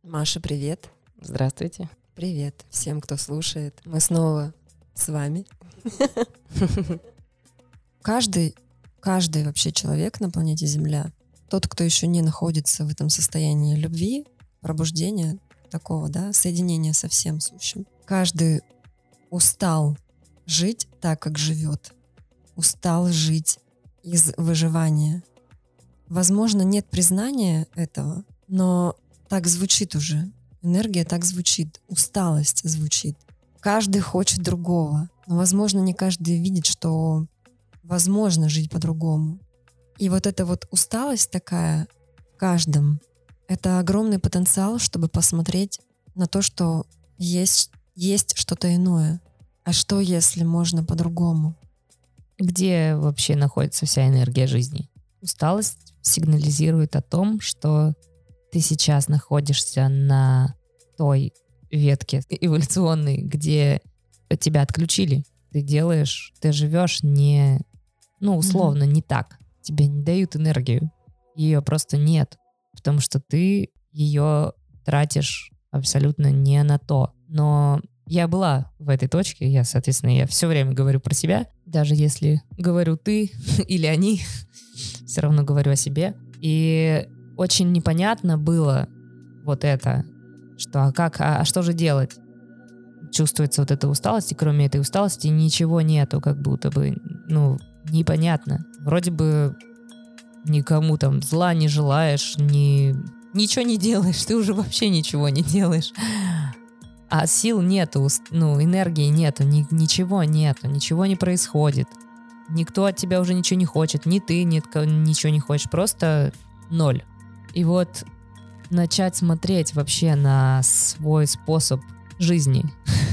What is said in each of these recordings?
Маша, привет. Здравствуйте. Привет всем, кто слушает. Мы снова с вами. Каждый вообще человек на планете Земля, тот, кто еще не находится в этом состоянии любви, пробуждения такого, да, соединения со всем сущим. Каждый устал жить так, как живет. Устал жить из выживания. Возможно, нет признания этого, но так звучит уже. Энергия так звучит. Усталость звучит. Каждый хочет другого. Но, возможно, не каждый видит, что возможно жить по-другому. И вот эта вот усталость такая в каждом, это огромный потенциал, чтобы посмотреть на то, что есть что-то иное. А что, если можно по-другому? Где вообще находится вся энергия жизни? Усталость сигнализирует о том, что ты сейчас находишься на той ветке эволюционной, где тебя отключили. Ты живешь не, условно, не так. Тебе не дают энергию. Ее просто нет. Потому что ты ее тратишь абсолютно не на то. Но я была в этой точке, я все время говорю про себя. Даже если говорю ты или они, все равно говорю о себе. И очень непонятно было вот это, что что же делать? Чувствуется вот эта усталость, и кроме этой усталости ничего нету, как будто бы, непонятно. Вроде бы никому там зла не желаешь, ничего не делаешь, ты уже вообще ничего не делаешь. А сил нету, энергии нету, ничего нету, ничего не происходит. Никто от тебя уже ничего не хочет, ни ты ничего не хочешь, просто ноль. И вот начать смотреть вообще на свой способ жизни,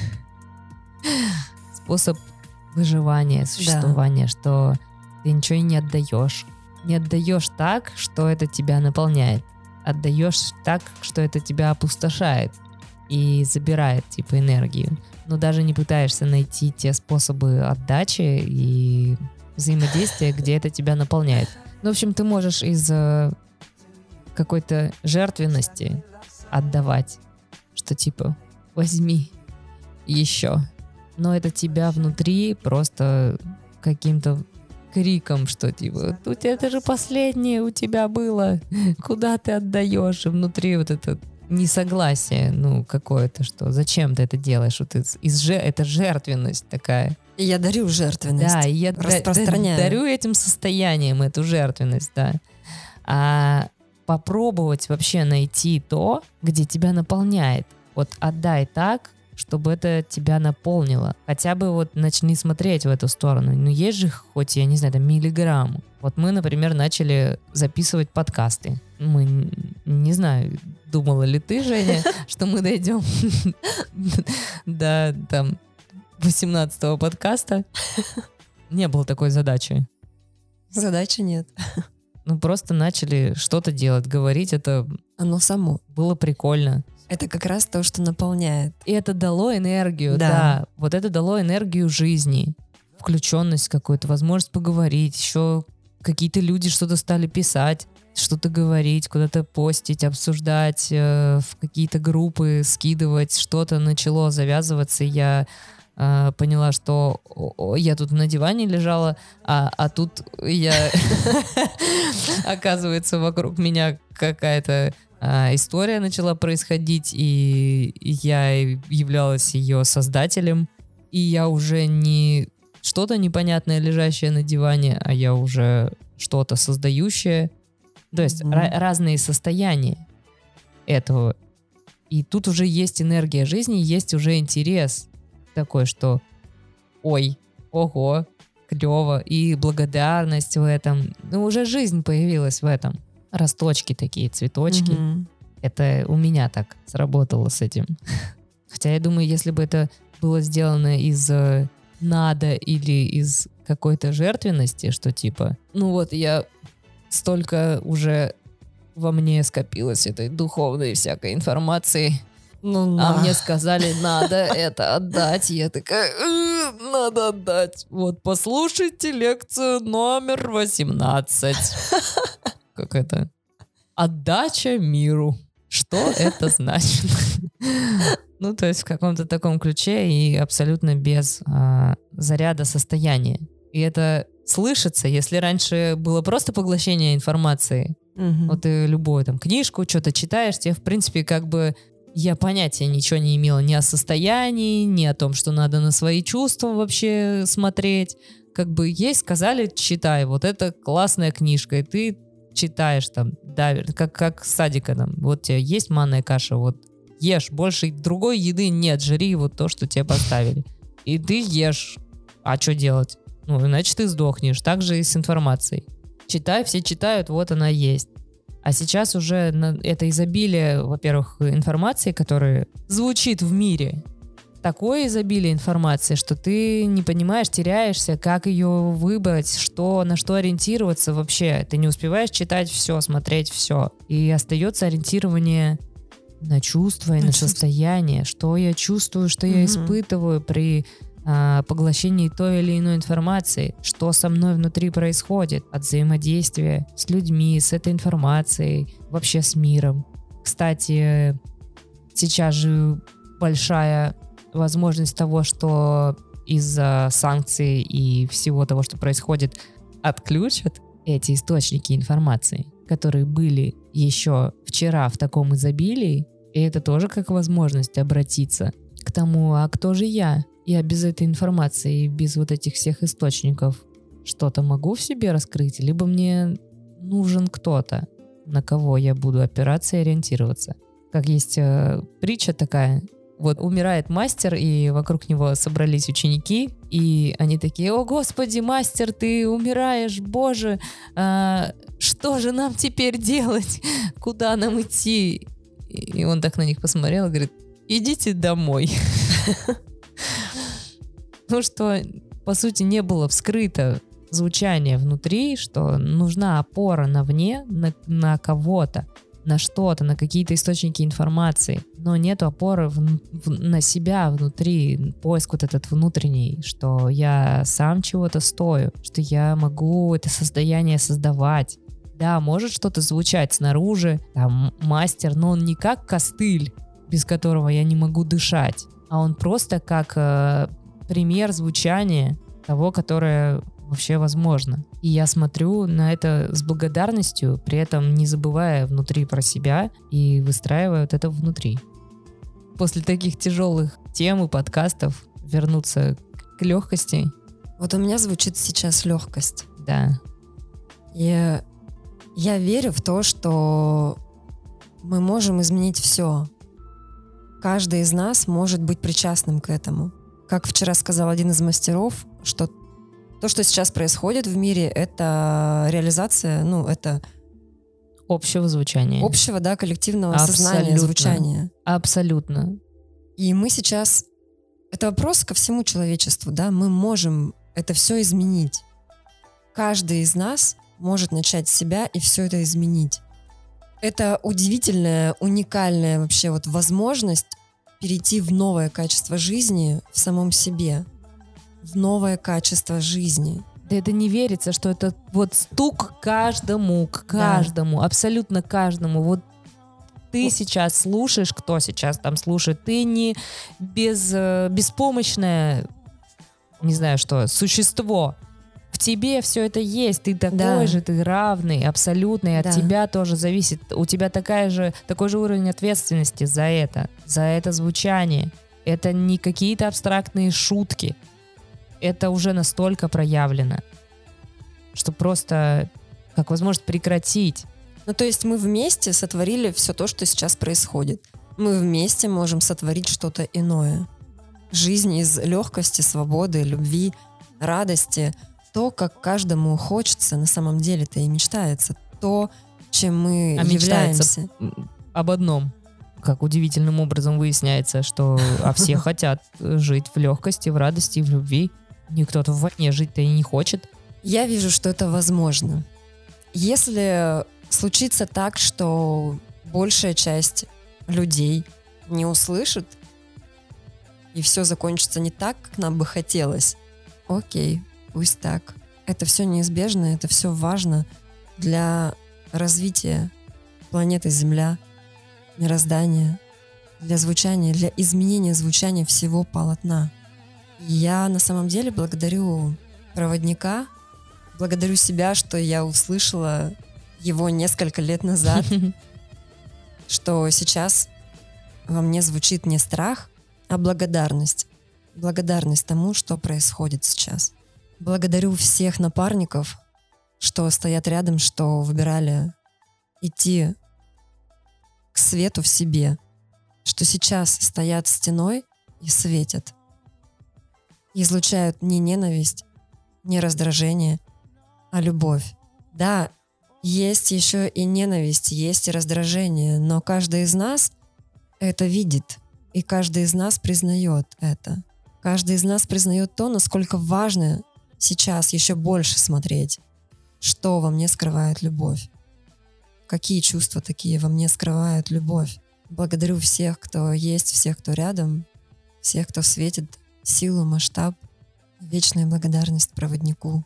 способ выживания, существования, что ты ничего и не отдаешь. Не отдаешь так, что это тебя наполняет. Отдаешь так, что это тебя опустошает и забирает, энергию. Но даже не пытаешься найти те способы отдачи и взаимодействия, где это тебя наполняет. В общем, ты можешь из какой-то жертвенности отдавать, что возьми еще. Но это тебя внутри просто каким-то криком, что это же последнее у тебя было, куда ты отдаешь? И внутри вот это несогласие, какое-то, что зачем ты это делаешь? Вот это жертвенность такая. И я дарю жертвенность. Да, и я распространяю. Дарю этим состоянием эту жертвенность, да. А попробовать вообще найти то, где тебя наполняет. Вот отдай так, чтобы это тебя наполнило. Хотя бы начни смотреть в эту сторону. Есть же хоть, я не знаю, миллиграмм. Вот мы, например, начали записывать подкасты. Мы, не знаю, думала ли ты, Женя, что мы дойдем до 18-го подкаста. Не было такой задачи. Задачи нет. Просто начали что-то делать, говорить, это оно само. Было прикольно. Это как раз то, что наполняет. И это дало энергию, да. Вот это дало энергию жизни. Включенность какую-то, возможность поговорить. Еще какие-то люди что-то стали писать, что-то говорить, куда-то постить, обсуждать, в какие-то группы скидывать. Что-то начало завязываться, и я поняла, что я тут на диване лежала, а тут я... Оказывается, вокруг меня какая-то история начала происходить, и я являлась ее создателем, и я уже не что-то непонятное, лежащее на диване, а я уже что-то создающее. То есть разные состояния этого. И тут уже есть энергия жизни, есть уже интерес такой, что ой, ого, клево, и благодарность в этом. Уже жизнь появилась в этом. Росточки такие, цветочки. Это у меня так сработало с этим. Хотя я думаю, если бы это было сделано из надо или из какой-то жертвенности, что я столько уже во мне скопилось этой духовной всякой информации, а мне сказали, надо это отдать. Я такая, надо отдать. Вот, послушайте лекцию номер 18. Как это? Отдача миру. что это значит. Ну, то есть в каком-то таком ключе и абсолютно без заряда состояния. И это слышится, если раньше было просто поглощение информации, вот ты любую там книжку, что-то читаешь, тебе, в принципе, как бы я понятия ничего не имела ни о состоянии, ни о том, что надо на свои чувства вообще смотреть. Как бы есть, сказали, читай, вот это классная книжка, и ты читаешь там, да, как с садика там, вот тебе есть манная каша, вот ешь, больше другой еды нет, жри вот то, что тебе поставили. И ты ешь, а что делать? Ну, иначе ты сдохнешь, так же и с информацией. Читай, все читают, вот она есть. А сейчас уже это изобилие, во-первых, информации, которая звучит в мире, такое изобилие информации, что ты не понимаешь, теряешься, как ее выбрать, на что ориентироваться вообще. Ты не успеваешь читать все, смотреть все. И остается ориентирование на чувства и на состояние, что я чувствую, что я испытываю при поглощении той или иной информации, что со мной внутри происходит от взаимодействия с людьми, с этой информацией, вообще с миром. Кстати, сейчас же большая возможность того, что из-за санкций и всего того, что происходит, отключат эти источники информации, которые были еще вчера в таком изобилии, и это тоже как возможность обратиться к тому, а кто же я? Я без этой информации, без вот этих всех источников что-то могу в себе раскрыть, либо мне нужен кто-то, на кого я буду опираться и ориентироваться. Как есть притча такая, вот умирает мастер, и вокруг него собрались ученики, и они такие: «О, Господи, мастер, ты умираешь, Боже, что же нам теперь делать? Куда нам идти?» И он так на них посмотрел и говорит: «Идите домой». Ну что, по сути, не было вскрыто звучание внутри, что нужна опора навне, на кого-то, на что-то, на какие-то источники информации, но нет опоры на себя внутри, поиск вот этот внутренний, что я сам чего-то стою, что я могу это состояние создавать. Да, может что-то звучать снаружи, там мастер, но он не как костыль, без которого я не могу дышать, а он просто как пример звучания того, которое вообще возможно. И я смотрю на это с благодарностью, при этом не забывая внутри про себя и выстраивая вот это внутри. После таких тяжелых тем и подкастов вернуться к легкости. Вот у меня звучит сейчас легкость. Да. Я верю в то, что мы можем изменить все. Каждый из нас может быть причастным к этому. Как вчера сказал один из мастеров, что то, что сейчас происходит в мире, это реализация, это общего звучания. Общего, да, коллективного сознания, звучания. Абсолютно. И мы сейчас... Это вопрос ко всему человечеству, да, мы можем это все изменить. Каждый из нас может начать с себя и все это изменить. Это удивительная, уникальная вообще вот возможность перейти в новое качество жизни в самом себе, в новое качество жизни. Да это не верится, что это вот стук каждому, к каждому, да. Абсолютно каждому. Вот ты сейчас слушаешь, кто сейчас там слушает, ты не беспомощное, не знаю что, существо. В тебе все это есть, ты такой же, ты равный, абсолютный, от тебя тоже зависит. У тебя такой же уровень ответственности за это звучание. Это не какие-то абстрактные шутки. Это уже настолько проявлено, что просто как возможность прекратить. Ну, то есть мы вместе сотворили все то, что сейчас происходит. Мы вместе можем сотворить что-то иное. Жизнь из легкости, свободы, любви, радости. То, как каждому хочется, на самом деле-то и мечтается. То, чем мы являемся. Об одном. Как удивительным образом выясняется, что все хотят жить в легкости, в радости, в любви. Никто-то в войне жить-то и не хочет. Я вижу, что это возможно. Если случится так, что большая часть людей не услышит, и все закончится не так, как нам бы хотелось, окей, пусть так. Это все неизбежно, это все важно для развития планеты Земля, мироздания, для звучания, для изменения звучания всего полотна. И я на самом деле благодарю проводника, благодарю себя, что я услышала его несколько лет назад, что сейчас во мне звучит не страх, а благодарность. Благодарность тому, что происходит сейчас. Благодарю всех напарников, что стоят рядом, что выбирали идти к свету в себе, что сейчас стоят стеной и светят. Излучают не ненависть, не раздражение, а любовь. Да, есть еще и ненависть, есть и раздражение, но каждый из нас это видит, и каждый из нас признает это. Каждый из нас признает то, насколько важно сейчас еще больше смотреть, что во мне скрывает любовь. Какие чувства такие во мне скрывают любовь. Благодарю всех, кто есть, всех, кто рядом, всех, кто светит, силу, масштаб. Вечная благодарность проводнику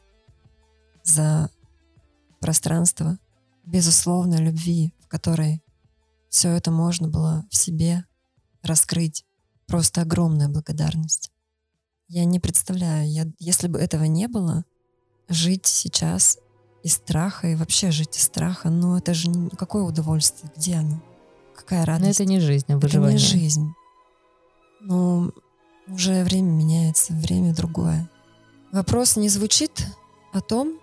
за пространство безусловной любви, в которой все это можно было в себе раскрыть. Просто огромная благодарность. Я не представляю, если бы этого не было, жить сейчас из страха и вообще жить из страха, ну это же какое удовольствие, где оно? Какая радость? Но это не жизнь, а выживание. Это не жизнь. Но уже время меняется, время другое. Вопрос не звучит о том,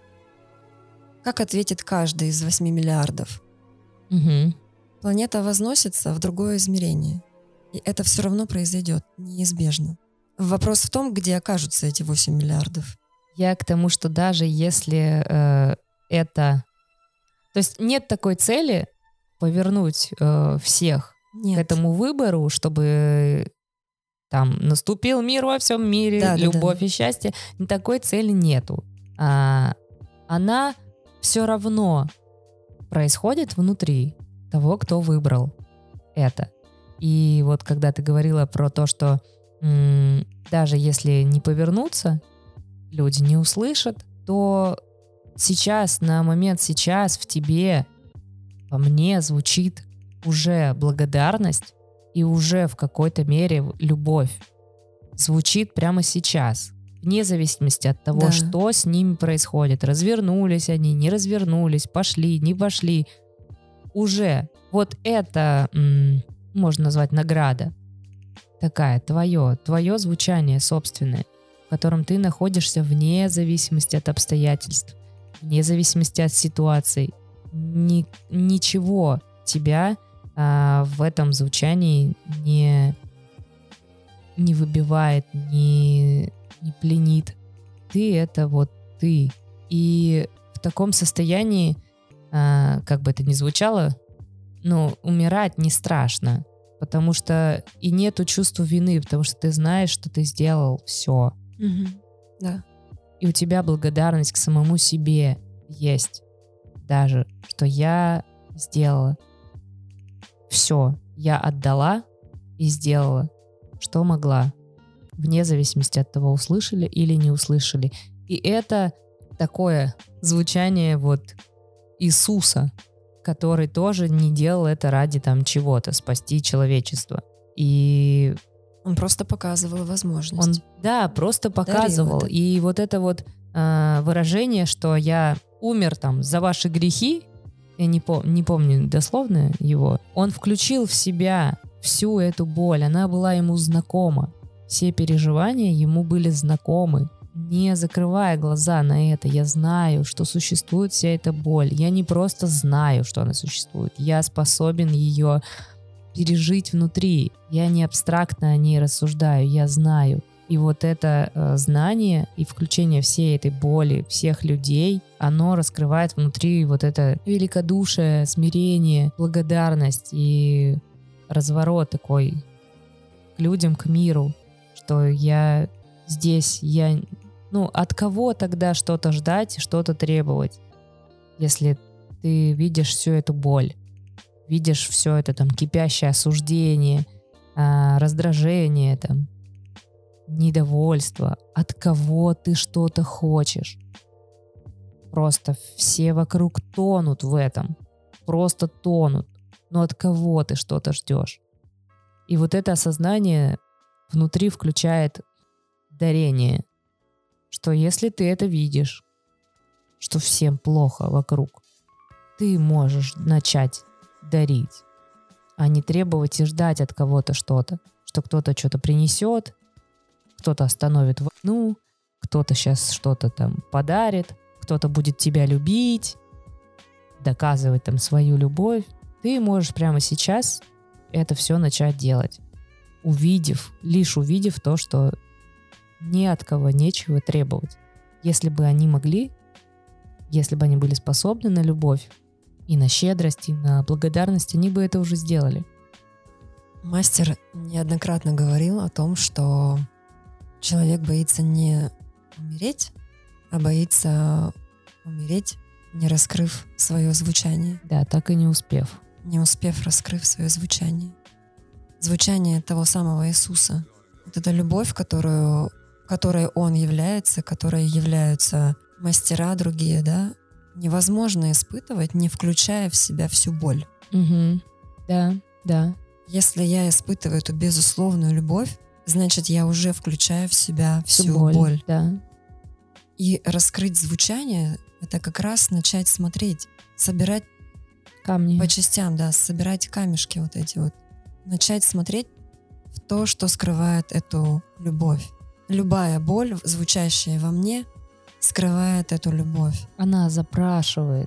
как ответит каждый из 8 миллиардов. Угу. Планета возносится в другое измерение. И это все равно произойдет, неизбежно. Вопрос в том, где окажутся эти 8 миллиардов. Я к тому, что даже если это... То есть нет такой цели повернуть всех Нет. к этому выбору, чтобы там наступил мир во всем мире, Да, любовь да. и счастье. Такой цели нету. Она все равно происходит внутри того, кто выбрал это. И вот когда ты говорила про то, что даже если не повернуться, люди не услышат, то сейчас, на момент сейчас в тебе, во мне звучит уже благодарность и уже в какой-то мере любовь. Звучит прямо сейчас, вне зависимости от того, Да. что с ними происходит. Развернулись они, не развернулись, пошли, не пошли. Уже вот это можно назвать награда. Такая, твое звучание собственное, в котором ты находишься вне зависимости от обстоятельств, вне зависимости от ситуаций. Ничего тебя в этом звучании не выбивает, не пленит. Ты — это вот ты. И в таком состоянии, как бы это ни звучало, но умирать не страшно, потому что и нету чувства вины, потому что ты знаешь, что ты сделал все. Угу. Да. И у тебя благодарность к самому себе есть даже, что я сделала все, я отдала и сделала, что могла, вне зависимости от того, услышали или не услышали. И это такое звучание вот Иисуса, который тоже не делал это ради там чего-то, спасти человечество. И Он просто показывал возможность. Он, просто показывал. Дарил это. И вот это вот выражение, что я умер там за ваши грехи, я не помню дословно его, он включил в себя всю эту боль, она была ему знакома. Все переживания ему были знакомы. Не закрывая глаза на это, я знаю, что существует вся эта боль. Я не просто знаю, что она существует, я способен ее пережить внутри. Я не абстрактно о ней рассуждаю, я знаю. И вот это знание и включение всей этой боли всех людей, оно раскрывает внутри вот это великодушие, смирение, благодарность и разворот такой к людям, к миру, что я здесь, от кого тогда что-то ждать, что-то требовать, если ты видишь всю эту боль, видишь все это там кипящее осуждение, раздражение, там, недовольство, от кого ты что-то хочешь. Просто все вокруг тонут в этом, просто тонут. но от кого ты что-то ждешь. И вот это осознание внутри включает дарение, что если ты это видишь, что всем плохо вокруг, ты можешь начать дарить, а не требовать и ждать от кого-то что-то, что кто-то что-то принесет, кто-то остановит войну, кто-то сейчас что-то там подарит, кто-то будет тебя любить, доказывать там свою любовь. Ты можешь прямо сейчас это все начать делать, лишь увидев то, что ни от кого нечего требовать. Если бы они могли, если бы они были способны на любовь и на щедрость, и на благодарность, они бы это уже сделали. Мастер неоднократно говорил о том, что человек боится не умереть, а боится умереть, не раскрыв свое звучание. Да, так и не успев. Не успев раскрыв свое звучание. Звучание того самого Иисуса. Вот эта любовь, которой Он является, которой являются мастера другие, да, невозможно испытывать, не включая в себя всю боль. Угу. Да, да. Если я испытываю эту безусловную любовь, значит, я уже включаю в себя всю боль. Да. И раскрыть звучание — это как раз начать смотреть, собирать камни по частям, да, собирать камешки вот эти вот. Начать смотреть в то, что скрывает эту любовь. Любая боль, звучащая во мне, скрывает эту любовь. Она запрашивает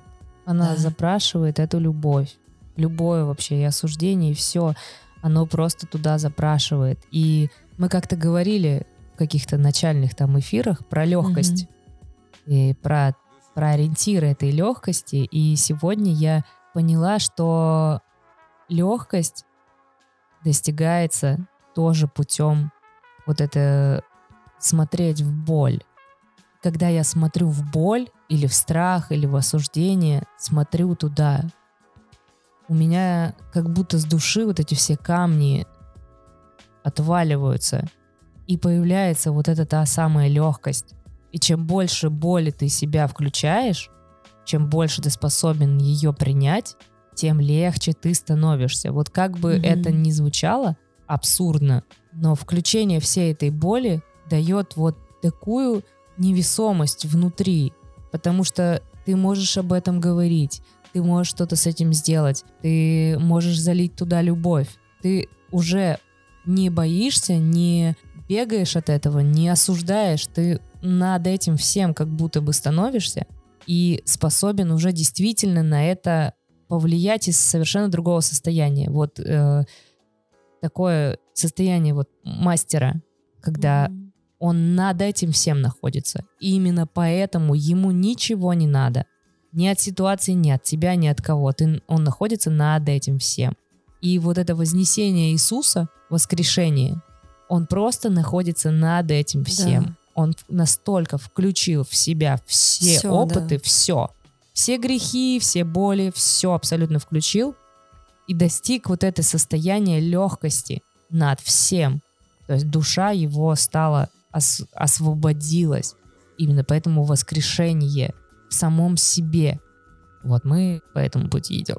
эту любовь. Любое вообще и осуждение, и все, оно просто туда запрашивает. И мы как-то говорили в каких-то начальных там эфирах про легкость и про ориентиры этой легкости. И сегодня я поняла, что легкость достигается тоже путем вот это смотреть в боль. Когда я смотрю в боль или в страх, или в осуждение, смотрю туда, у меня как будто с души вот эти все камни отваливаются, и появляется вот эта та самая легкость. И чем больше боли ты себя включаешь, чем больше ты способен ее принять, тем легче ты становишься. Вот как бы это ни звучало абсурдно, но включение всей этой боли дает вот такую невесомость внутри, потому что ты можешь об этом говорить, ты можешь что-то с этим сделать, ты можешь залить туда любовь, ты уже не боишься, не бегаешь от этого, не осуждаешь, ты над этим всем как будто бы становишься и способен уже действительно на это повлиять из совершенно другого состояния. Вот такое состояние вот мастера, когда он над этим всем находится. И именно поэтому ему ничего не надо. Ни от ситуации, ни от тебя, ни от кого. Он находится над этим всем. И вот это вознесение Иисуса, воскрешение, он просто находится над этим всем. Да. Он настолько включил в себя все опыты, все. Все грехи, все боли, все абсолютно включил и достиг вот это состояние легкости над всем. То есть душа его стала, освободилась. Именно поэтому воскрешение в самом себе. Вот мы по этому пути идем.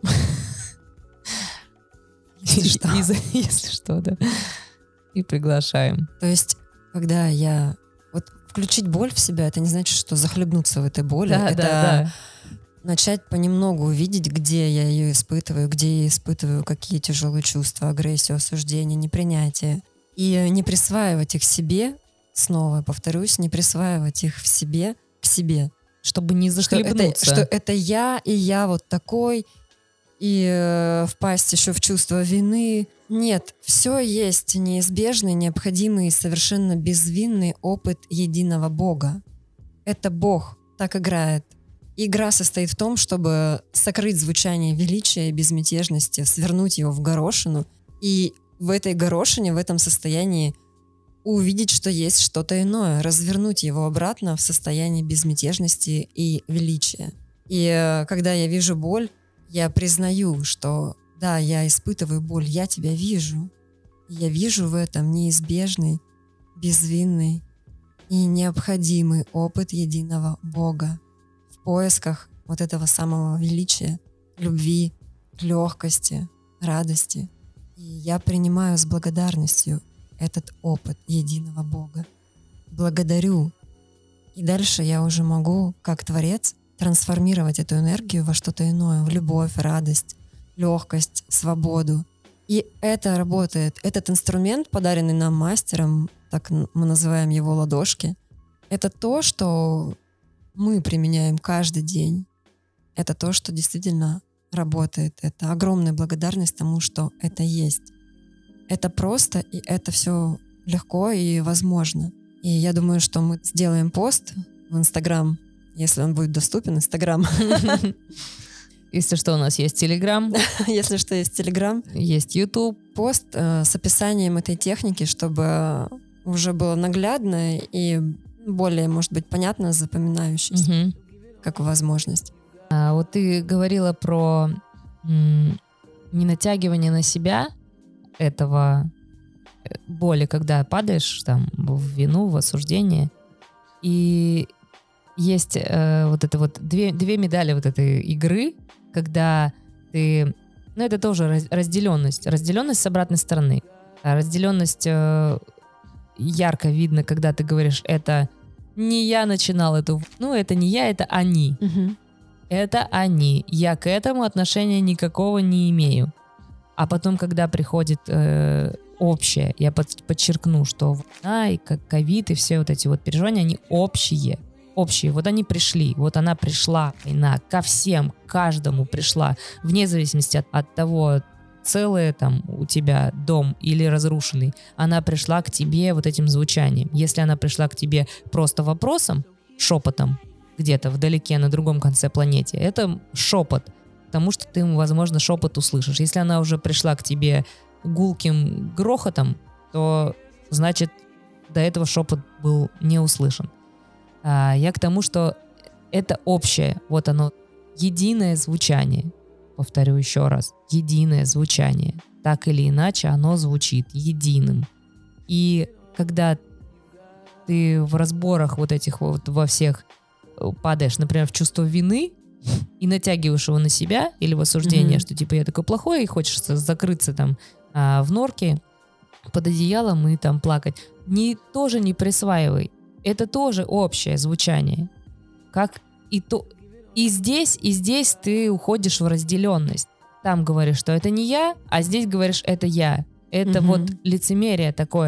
Если что, да. И приглашаем. То есть, когда я... Вот включить боль в себя, это не значит, что захлебнуться в этой боли. Да, это начать понемногу увидеть, где я ее испытываю, где я испытываю какие тяжелые чувства, агрессию, осуждение, непринятие. И не присваивать их себе, снова повторюсь, не присваивать их в себе, к себе. Чтобы не захлебнуться. Что это я, и я вот такой, и впасть еще в чувство вины. Нет, все есть неизбежный, необходимый и совершенно безвинный опыт единого Бога. Это Бог так играет. Игра состоит в том, чтобы сокрыть звучание величия и безмятежности, свернуть его в горошину, и в этой горошине, в этом состоянии увидеть, что есть что-то иное, развернуть его обратно в состояние безмятежности и величия. И когда я вижу боль, я признаю, что да, я испытываю боль, я тебя вижу. Я вижу в этом неизбежный, безвинный и необходимый опыт единого Бога в поисках вот этого самого величия, любви, легкости, радости. И я принимаю с благодарностью этот опыт единого Бога. Благодарю. И дальше я уже могу, как творец, трансформировать эту энергию во что-то иное, в любовь, радость, легкость, свободу. И это работает. Этот инструмент, подаренный нам мастером, так мы называем его ладошки, это то, что мы применяем каждый день. Это то, что действительно работает. Это огромная благодарность тому, что это есть. Это просто, и это все легко и возможно. И я думаю, что мы сделаем пост в Инстаграм, если он будет доступен, Инстаграм. Если что, у нас есть Телеграм. Если что, есть Телеграм. Есть Ютуб. Пост с описанием этой техники, чтобы уже было наглядно и более, может быть, понятно, запоминающееся, как возможность. Вот ты говорила про не натягивание на себя этого боли, когда падаешь там в вину, в осуждение. И есть вот это вот две медали вот этой игры, когда ты... Ну, это тоже разделенность. Разделенность с обратной стороны. Разделенность ярко видно, когда ты говоришь, это не я начинал эту... Ну, это не я, это они. Это они. Я к этому отношения никакого не имею. А потом, когда приходит общее, я подчеркну, что война и ковид, и все вот эти вот переживания, они общие. Общие. Вот они пришли. Вот она пришла, война, ко всем, к каждому пришла. Вне зависимости от того, целый там у тебя дом или разрушенный. Она пришла к тебе вот этим звучанием. Если она пришла к тебе просто вопросом, шепотом, где-то вдалеке, на другом конце планеты, это шепот. Потому что ты, возможно, шепот услышишь. Если она уже пришла к тебе гулким грохотом, то, значит, до этого шепот был не услышан. Я к тому, что это общее, вот оно, единое звучание. Повторю еще раз, единое звучание. Так или иначе, оно звучит единым. И когда ты в разборах вот этих вот во всех падаешь, например, в чувство вины и натягиваешь его на себя или в осуждение, что типа я такой плохой, и хочется закрыться там в норке под одеялом и там плакать. Тоже не присваивай. Это тоже общее звучание. Как и здесь ты уходишь в разделенность. Там говоришь, что это не я, а здесь говоришь, это я. Это вот лицемерие такое,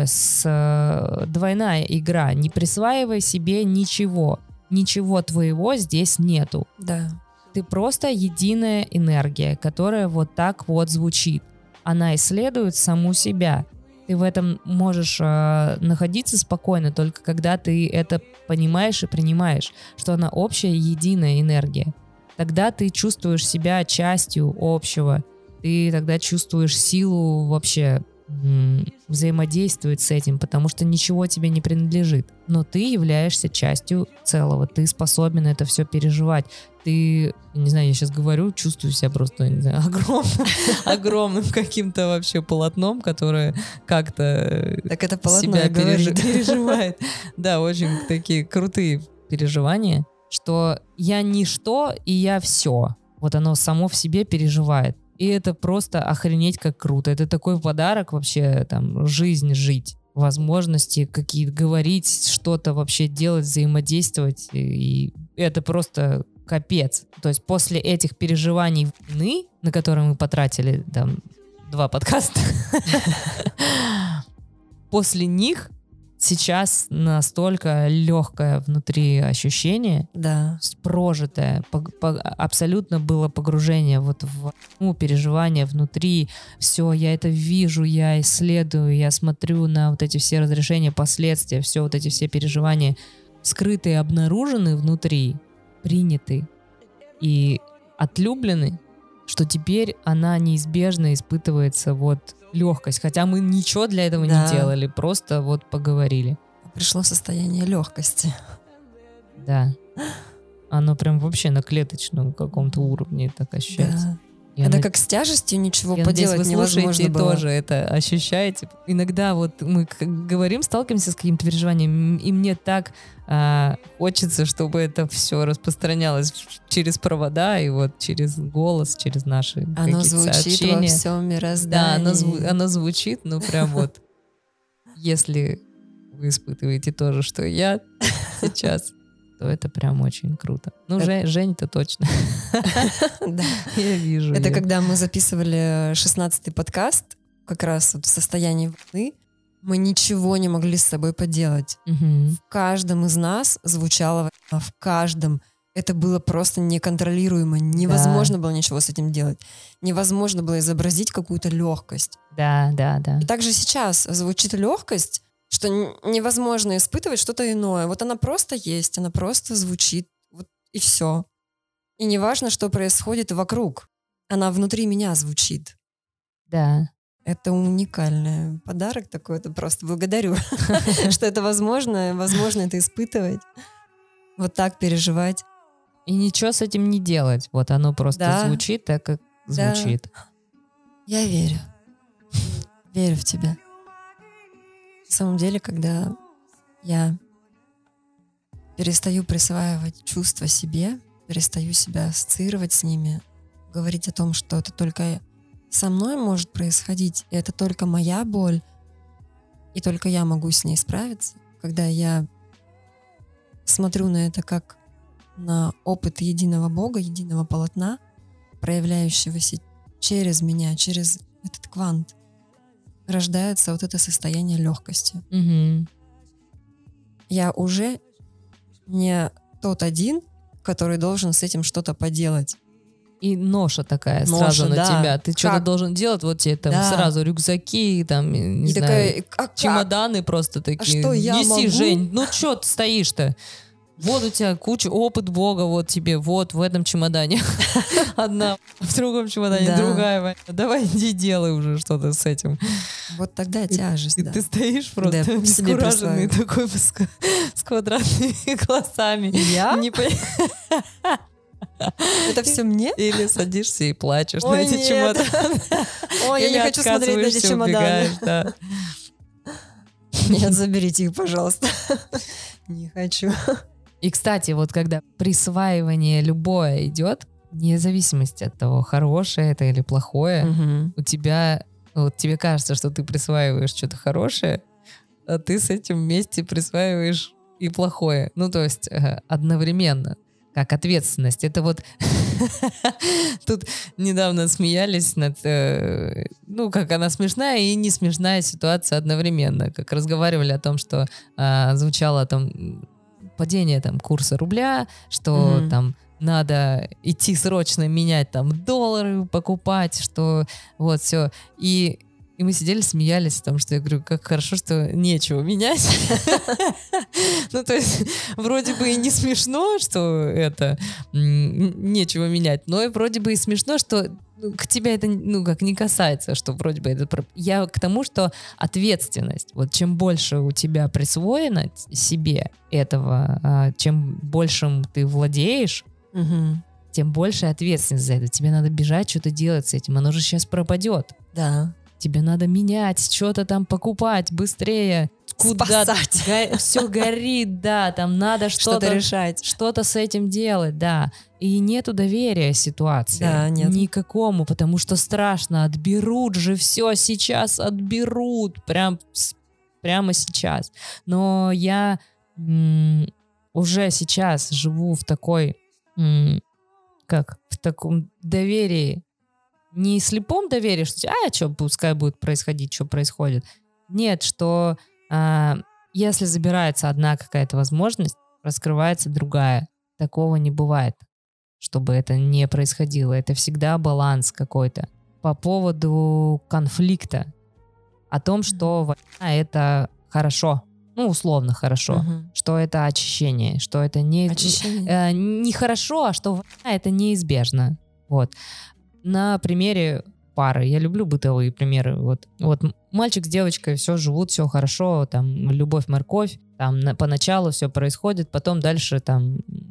двойная игра. Не присваивай себе ничего. Ничего твоего здесь нету. Да. Ты просто единая энергия, которая вот так вот звучит. Она исследует саму себя. Ты в этом можешь находиться спокойно, только когда ты это понимаешь и принимаешь, что она общая, единая энергия. Тогда ты чувствуешь себя частью общего. Ты тогда чувствуешь силу вообще взаимодействовать с этим, потому что ничего тебе не принадлежит. Но ты являешься частью целого. Ты способен это все переживать. Ты, не знаю, я сейчас говорю, чувствую себя просто, не знаю, огромным каким-то вообще полотном, которое как-то так это полотно себя говорит. переживает. Да, очень такие крутые переживания, что я ничто и я все. Вот оно само в себе переживает. И это просто охренеть как круто. Это такой подарок вообще, там, жизнь жить. Возможности какие-то говорить, что-то вообще делать, взаимодействовать. И это просто капец. То есть после этих переживаний войны, на которые мы потратили там 2 подкаста, после них сейчас настолько легкое внутри ощущение, да, прожитое, абсолютно было погружение вот в переживания внутри. Все, я это вижу, я исследую, я смотрю на вот эти все разрешения, последствия, все вот эти все переживания скрытые, обнаружены внутри, приняты и отлюблены, что теперь она неизбежно испытывается вот легкость, хотя мы ничего для этого не делали, просто вот поговорили. Пришло состояние легкости. Да. Оно прям вообще на клеточном каком-то уровне так ощущается. Да. Это как с тяжестью ничего поделать вы невозможно слушаете было. тоже это ощущаете. Иногда вот мы говорим, сталкиваемся с каким-то переживанием, и мне так хочется, чтобы это все распространялось через провода и вот через голос, через наши Оно какие-то звучит сообщения. во всем мироздании. Да, оно звучит, ну прям вот, если вы испытываете то же, что и я сейчас, то это прям очень круто. Ну, Жень-то точно. Да. Я вижу. Это когда мы записывали 16-й подкаст, как раз вот в состоянии войны, мы ничего не могли с собой поделать. В каждом из нас звучало война, в каждом. Это было просто неконтролируемо. Невозможно было ничего с этим делать. Невозможно было изобразить какую-то легкость. Да. И также сейчас звучит легкость, что невозможно испытывать что-то иное. Вот она просто есть, она просто звучит, вот и все. И неважно, что происходит вокруг. Она внутри меня звучит. Да. Это уникальный подарок такой. Это просто благодарю, что это возможно это испытывать. Вот так переживать. И ничего с этим не делать. Вот оно просто звучит так, как звучит. Я верю. Верю в тебя. На самом деле, когда я перестаю присваивать чувства себе, перестаю себя ассоциировать с ними, говорить о том, что это только со мной может происходить, и это только моя боль, и только я могу с ней справиться, когда я смотрю на это как на опыт единого Бога, единого полотна, проявляющегося через меня, через этот квант, рождается вот это состояние легкости. Я уже не тот один, который должен с этим что-то поделать. И ноша такая сразу на тебя. Ты что-то должен делать, вот тебе там сразу рюкзаки, там, не знаю, чемоданы просто такие. А что я неси, могу? Жень, ну что ты стоишь-то? Вот у тебя куча, опыт Бога, вот тебе, вот в этом чемодане одна, в другом чемодане другая. Давай иди делай уже что-то с этим. Вот тогда тяжесть, И ты стоишь просто обескураженный такой с квадратными глазами. Я? Это все мне? Или садишься и плачешь на эти чемоданы. Ой, я не хочу смотреть на эти чемоданы. Нет, заберите их, пожалуйста. Не хочу. И, кстати, вот когда присваивание любое идет, вне зависимости от того, хорошее это или плохое, у тебя, вот тебе кажется, что ты присваиваешь что-то хорошее, а ты с этим вместе присваиваешь и плохое. Ну, то есть одновременно, как ответственность. Это вот тут недавно смеялись над, ну, как она смешная и не смешная ситуация одновременно. Как разговаривали о том, что звучало там падение там курса рубля, что там надо идти срочно менять там доллары, покупать, что вот все. И мы сидели, смеялись, потому что я говорю, как хорошо, что нечего менять. Ну, то есть, вроде бы и не смешно, что это нечего менять, но и вроде бы и смешно, что к тебе это, ну, как не касается, что вроде бы это... Я к тому, что ответственность, вот чем больше у тебя присвоено себе этого, чем большим ты владеешь, тем больше ответственность за это. Тебе надо бежать, что-то делать с этим, оно же сейчас пропадет. Да. Тебе надо менять, что-то там покупать быстрее. Куда-то все горит, да, там надо что-то решать, что-то с этим делать, да. И нету доверия ситуации. Да, нет. Никакому, потому что страшно, отберут же все сейчас, отберут, прямо сейчас. Но я уже сейчас живу в такой, в таком доверии, не слепом доверии, что что пускай будет происходить, что происходит. Нет, что если забирается одна какая-то возможность, раскрывается другая. Такого не бывает, чтобы это не происходило. Это всегда баланс какой-то. По поводу конфликта, о том, что война — это хорошо, ну, условно хорошо, что это очищение, что это не хорошо, а что война — это неизбежно. Вот. На примере пары. Я люблю бытовые примеры. Вот мальчик с девочкой, все живут, все хорошо, там любовь, морковь, там поначалу все происходит, потом дальше там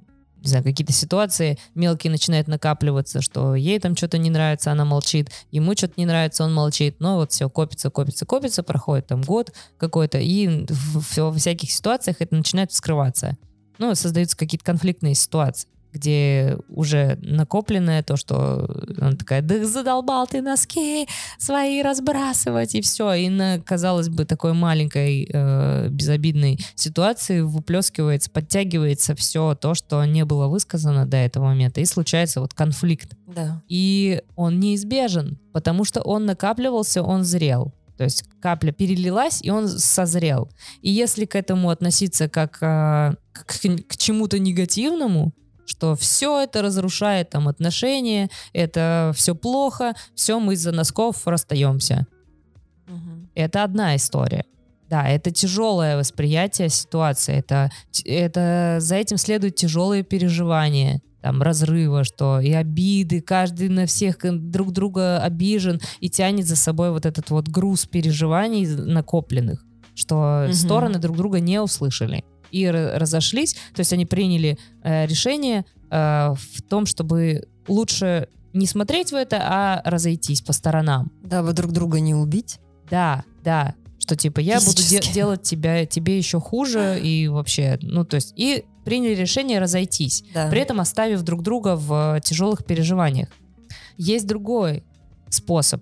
не знаю, какие-то ситуации мелкие начинают накапливаться, что ей там что-то не нравится, она молчит, ему что-то не нравится, он молчит, но вот все копится, проходит там год какой-то, и во всяких ситуациях это начинает вскрываться. Ну, создаются какие-то конфликтные ситуации, где уже накопленное то, что она такая: да задолбал ты носки свои разбрасывать, и все. И на, казалось бы, такой маленькой безобидной ситуации выплескивается, подтягивается все то, что не было высказано до этого момента, и случается вот конфликт. Да. И он неизбежен, потому что он накапливался, он зрел. То есть капля перелилась, и он созрел. И если к этому относиться как к чему-то негативному, что все это разрушает там отношения, это все плохо, все, мы из-за носков расстаемся. Угу. Это одна история. Да, это тяжелое восприятие ситуации, это за этим следуют тяжелые переживания, там, разрыва, что и обиды, каждый на всех друг друга обижен и тянет за собой вот этот вот груз переживаний накопленных, что стороны друг друга не услышали и разошлись, то есть они приняли решение в том, чтобы лучше не смотреть в это, а разойтись по сторонам. Дабы друг друга не убить. Да, что типа я буду делать тебе еще хуже, и вообще, ну то есть, и приняли решение разойтись, при этом оставив друг друга в тяжелых переживаниях. Есть другой способ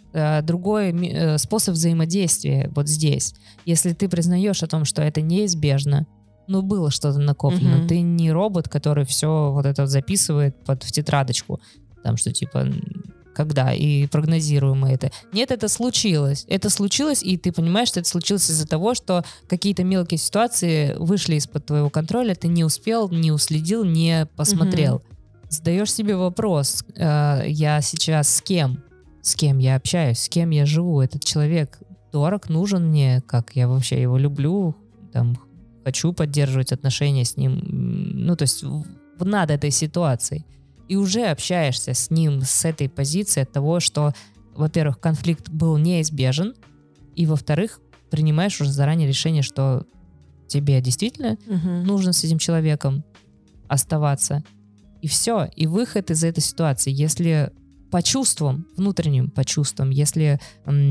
взаимодействия вот здесь. Если ты признаешь о том, что это неизбежно, ну было что-то накоплено, ты не робот, который все вот это записывает в тетрадочку, там что типа когда и прогнозируемо это. Нет, это случилось, и ты понимаешь, что это случилось из-за того, что какие-то мелкие ситуации вышли из-под твоего контроля, ты не успел, не уследил, не посмотрел. Задаешь себе вопрос: я сейчас с кем я общаюсь, с кем я живу, этот человек дорог, нужен мне, как я вообще его люблю, там, хочу поддерживать отношения с ним, ну, то есть над этой ситуацией. И уже общаешься с ним с этой позиции от того, что, во-первых, конфликт был неизбежен, и, во-вторых, принимаешь уже заранее решение, что тебе действительно нужно с этим человеком оставаться. И все, и выход из этой ситуации, если по чувствам, внутренним по чувствам, если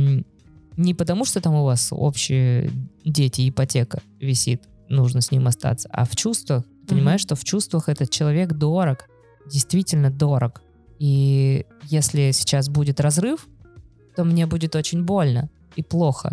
не потому, что там у вас общие дети, ипотека висит, нужно с ним остаться, а в чувствах, понимаешь, что в чувствах этот человек дорог, действительно дорог. И если сейчас будет разрыв, то мне будет очень больно и плохо.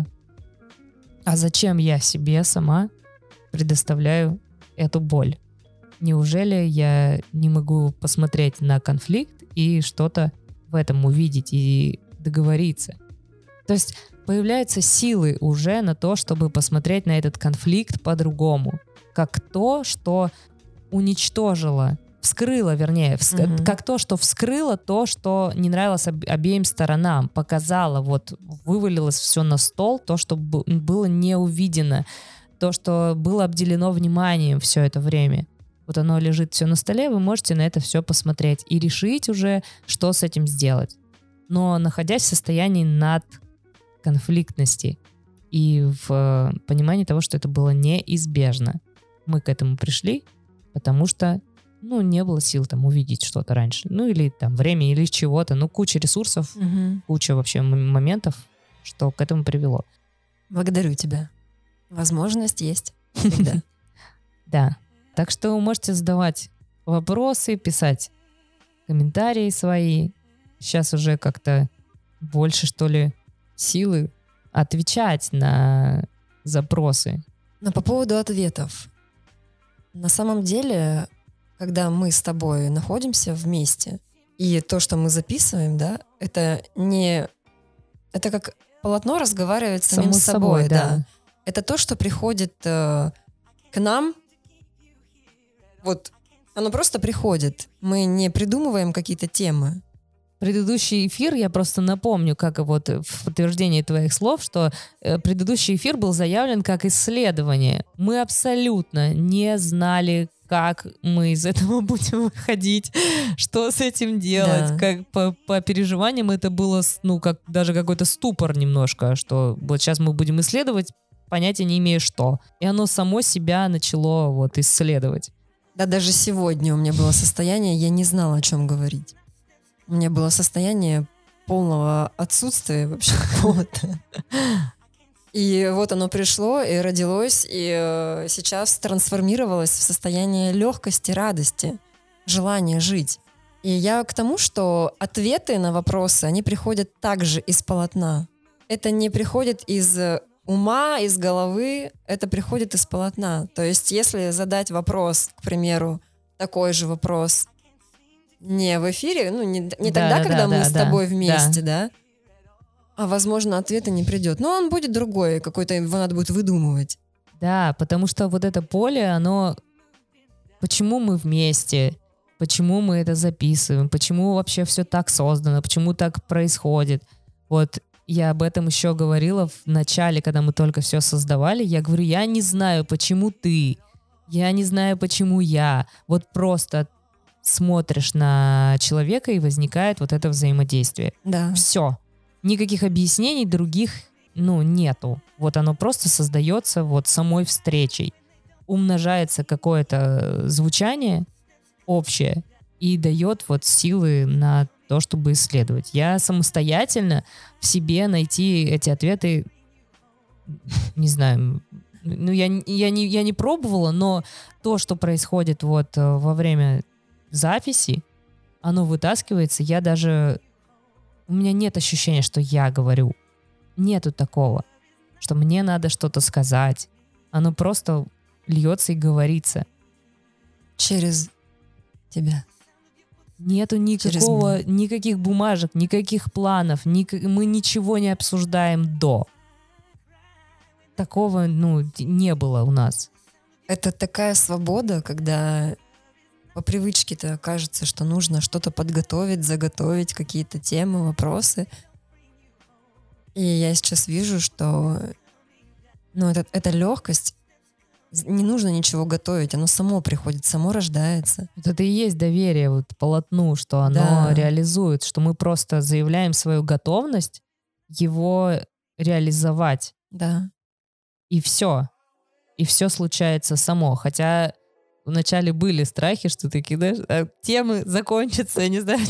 А зачем я себе сама предоставляю эту боль? Неужели я не могу посмотреть на конфликт и что-то в этом увидеть и договориться? То есть появляются силы уже на то, чтобы посмотреть на этот конфликт по-другому. Как то, что уничтожило, вскрыло, вернее, как то, что вскрыло то, что не нравилось обеим сторонам, показало, вот вывалилось все на стол, то, что было не увидено, то, что было обделено вниманием все это время. Вот оно лежит все на столе, вы можете на это все посмотреть и решить уже, что с этим сделать. Но находясь в состоянии надконфликтности и в понимании того, что это было неизбежно. Мы к этому пришли, потому что не было сил там увидеть что-то раньше. Или там время, или чего-то. Куча ресурсов, куча вообще моментов, что к этому привело. Благодарю тебя. Возможность есть всегда. Да. Так что вы можете задавать вопросы, писать комментарии свои. Сейчас уже как-то больше, что ли, силы отвечать на запросы. Но по поводу ответов. На самом деле, когда мы с тобой находимся вместе, и то, что мы записываем, да, это не... Это как полотно разговаривает с самим собой, да. Это то, что приходит к нам. Вот оно просто приходит. Мы не придумываем какие-то темы. Предыдущий эфир, я просто напомню, как вот в подтверждении твоих слов, что предыдущий эфир был заявлен как исследование. Мы абсолютно не знали, как мы из этого будем выходить, что с этим делать. Да. Как по переживаниям это было, как даже какой-то ступор немножко, что вот сейчас мы будем исследовать, понятия не имея что. И оно само себя начало исследовать. Да, даже сегодня у меня было состояние, я не знала, о чем говорить. У меня было состояние полного отсутствия вообще какого-то. И вот оно пришло и родилось, и сейчас трансформировалось в состояние легкости, радости, желания жить. И я к тому, что ответы на вопросы, они приходят также из полотна. Это не приходит из ума, из головы, это приходит из полотна. То есть если задать вопрос, к примеру, такой же вопрос не в эфире, ну не тогда, когда мы с тобой вместе, да, а возможно ответа не придет. Но он будет другой, какой-то его надо будет выдумывать. Да, потому что вот это поле, оно... Почему мы вместе? Почему мы это записываем? Почему вообще все так создано? Почему так происходит? Вот я об этом еще говорила в начале, когда мы только все создавали. Я говорю, я не знаю, почему ты. Я не знаю, почему я. Вот просто смотришь на человека, и возникает вот это взаимодействие. Да. Все. Никаких объяснений других, нету. Вот оно просто создается вот самой встречей. Умножается какое-то звучание общее и дает вот силы на то, чтобы исследовать. Я самостоятельно в себе найти эти ответы, не знаю, я не пробовала, но то, что происходит вот во время записи, оно вытаскивается, у меня нет ощущения, что я говорю. Нету такого, что мне надо что-то сказать. Оно просто льется и говорится. Через тебя. Нету никаких бумажек, никаких планов, мы ничего не обсуждаем до. Такого, не было у нас. Это такая свобода, когда по привычке-то кажется, что нужно что-то подготовить, заготовить, какие-то темы, вопросы. И я сейчас вижу, что эта легкость, не нужно ничего готовить, оно само приходит, само рождается. Вот это и есть доверие вот полотну, что оно реализует, что мы просто заявляем свою готовность его реализовать. Да. И все. И все случается само. Хотя вначале были страхи, что такие, знаешь, темы закончатся, я не знаю,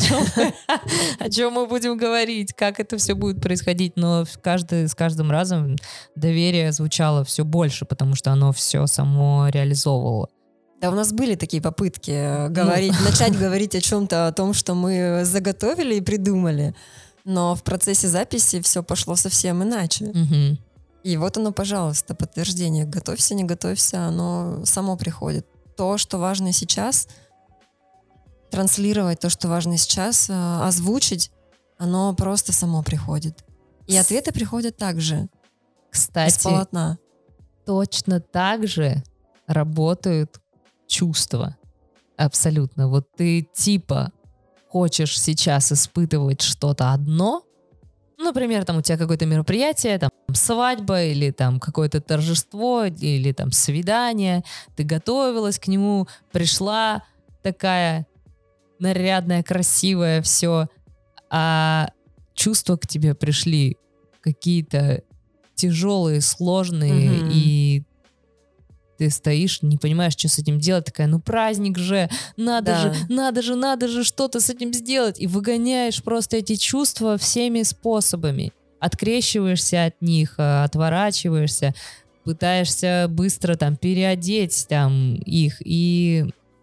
о чем мы будем говорить, как это все будет происходить, но с каждым разом доверие звучало все больше, потому что оно все само реализовывало. Да, у нас были такие попытки начать говорить о чем-то, о том, что мы заготовили и придумали, но в процессе записи все пошло совсем иначе. Угу. И вот оно, пожалуйста, подтверждение. Готовься, не готовься, оно само приходит. То, что важно сейчас, транслировать то, что важно сейчас, озвучить, оно просто само приходит. И ответы приходят также. Кстати, из полотна. Точно так же работают чувства. Абсолютно. Вот ты хочешь сейчас испытывать что-то одно, например, там у тебя какое-то мероприятие, там свадьба или там какое-то торжество или там свидание, ты готовилась к нему, пришла такая нарядная, красивая, все, а чувства к тебе пришли какие-то тяжелые, сложные, и ты стоишь, не понимаешь, что с этим делать, такая, праздник же, надо же что-то с этим сделать, и выгоняешь просто эти чувства всеми способами. Открещиваешься от них, отворачиваешься, пытаешься быстро там переодеть там их, и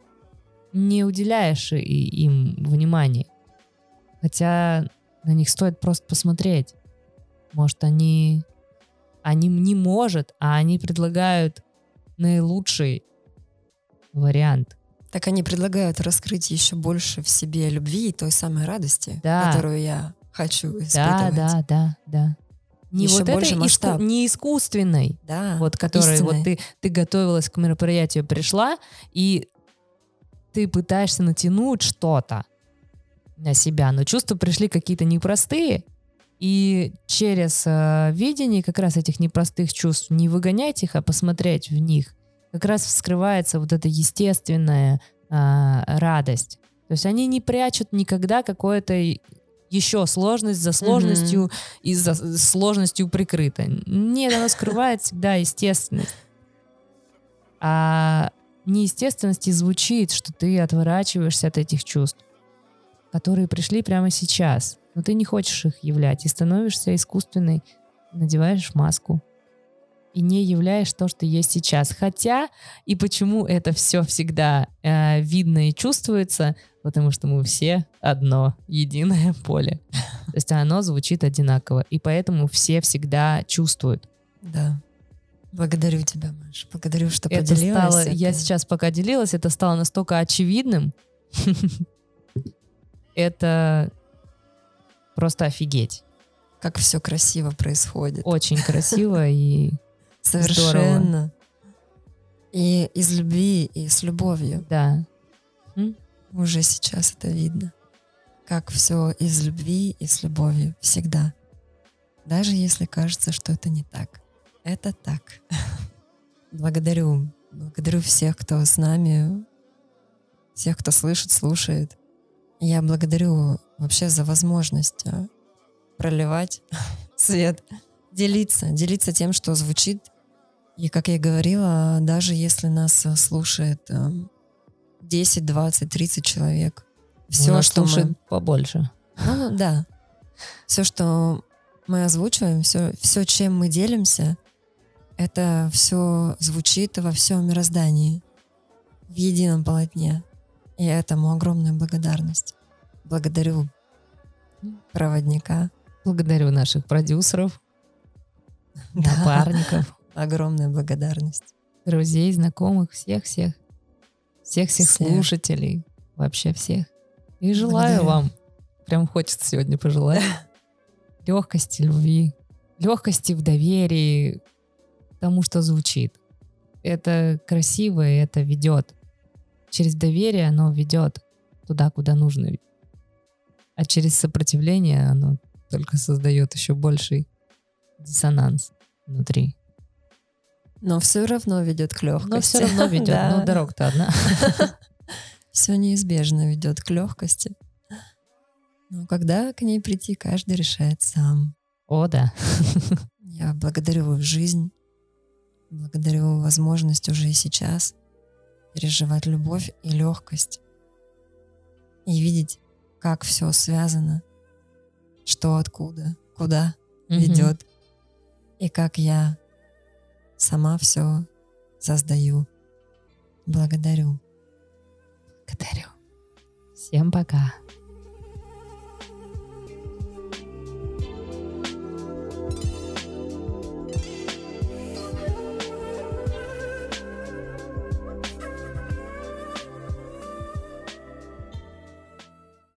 не уделяешь им внимания. Хотя на них стоит просто посмотреть. Может, они не может, а они предлагают наилучший вариант. Так они предлагают раскрыть еще больше в себе любви и той самой радости, которую я хочу испытывать. Да. Не еще вот больше масштаб. Не искусственной, вот которой вот ты готовилась к мероприятию, пришла, и ты пытаешься натянуть что-то на себя, но чувства пришли какие-то непростые, и через видение как раз этих непростых чувств не выгонять их, а посмотреть в них, как раз вскрывается вот эта естественная радость. То есть они не прячут никогда какое-то еще сложность за сложностью и за сложностью прикрыто. Нет, оно скрывает всегда естественность. А неестественности звучит, что ты отворачиваешься от этих чувств, которые пришли прямо сейчас, но ты не хочешь их являть и становишься искусственной, надеваешь маску и не являешь то, что есть сейчас. Хотя, и почему это все всегда видно и чувствуется, потому что мы все одно единое поле. То есть оно звучит одинаково, и поэтому все всегда чувствуют. Да. Благодарю тебя, Маш. Благодарю, что Это поделилась. стало, я сейчас пока делилась, это стало настолько очевидным. Это просто офигеть. Как все красиво происходит. Очень красиво и совершенно. И из любви, и с любовью. Да. Уже сейчас это видно. Как все из любви и с любовью. Всегда. Даже если кажется, что это не так. Это так. Благодарю. Благодарю всех, кто с нами, всех, кто слышит, слушает. Я благодарю вообще за возможность проливать свет, делиться тем, что звучит. И, как я говорила, даже если нас слушает 10, 20, 30 человек, все, что слушает побольше. Ну да. Все, что мы озвучиваем, все, чем мы делимся, это все звучит во всем мироздании, в едином полотне. И этому огромная благодарность. Благодарю проводника. Благодарю наших продюсеров, напарников. Огромная благодарность. Друзей, знакомых, всех слушателей, вообще всех. И желаю вам, прям хочется сегодня пожелать, легкости, любви, легкости в доверии тому, что звучит. Это красиво, и это ведет. Через доверие оно ведет туда, куда нужно. А через сопротивление оно только создает еще больший диссонанс внутри. Но все равно ведет к легкости. Но все равно ведет. Да. Ну, дорога-то одна. Все неизбежно ведет к легкости. Но когда к ней прийти, каждый решает сам. О, да. Я благодарю жизнь, благодарю возможность уже и сейчас переживать любовь и легкость. И видеть, как все связано, что откуда, куда ведет. И как я сама все создаю. Благодарю. Благодарю. Всем пока.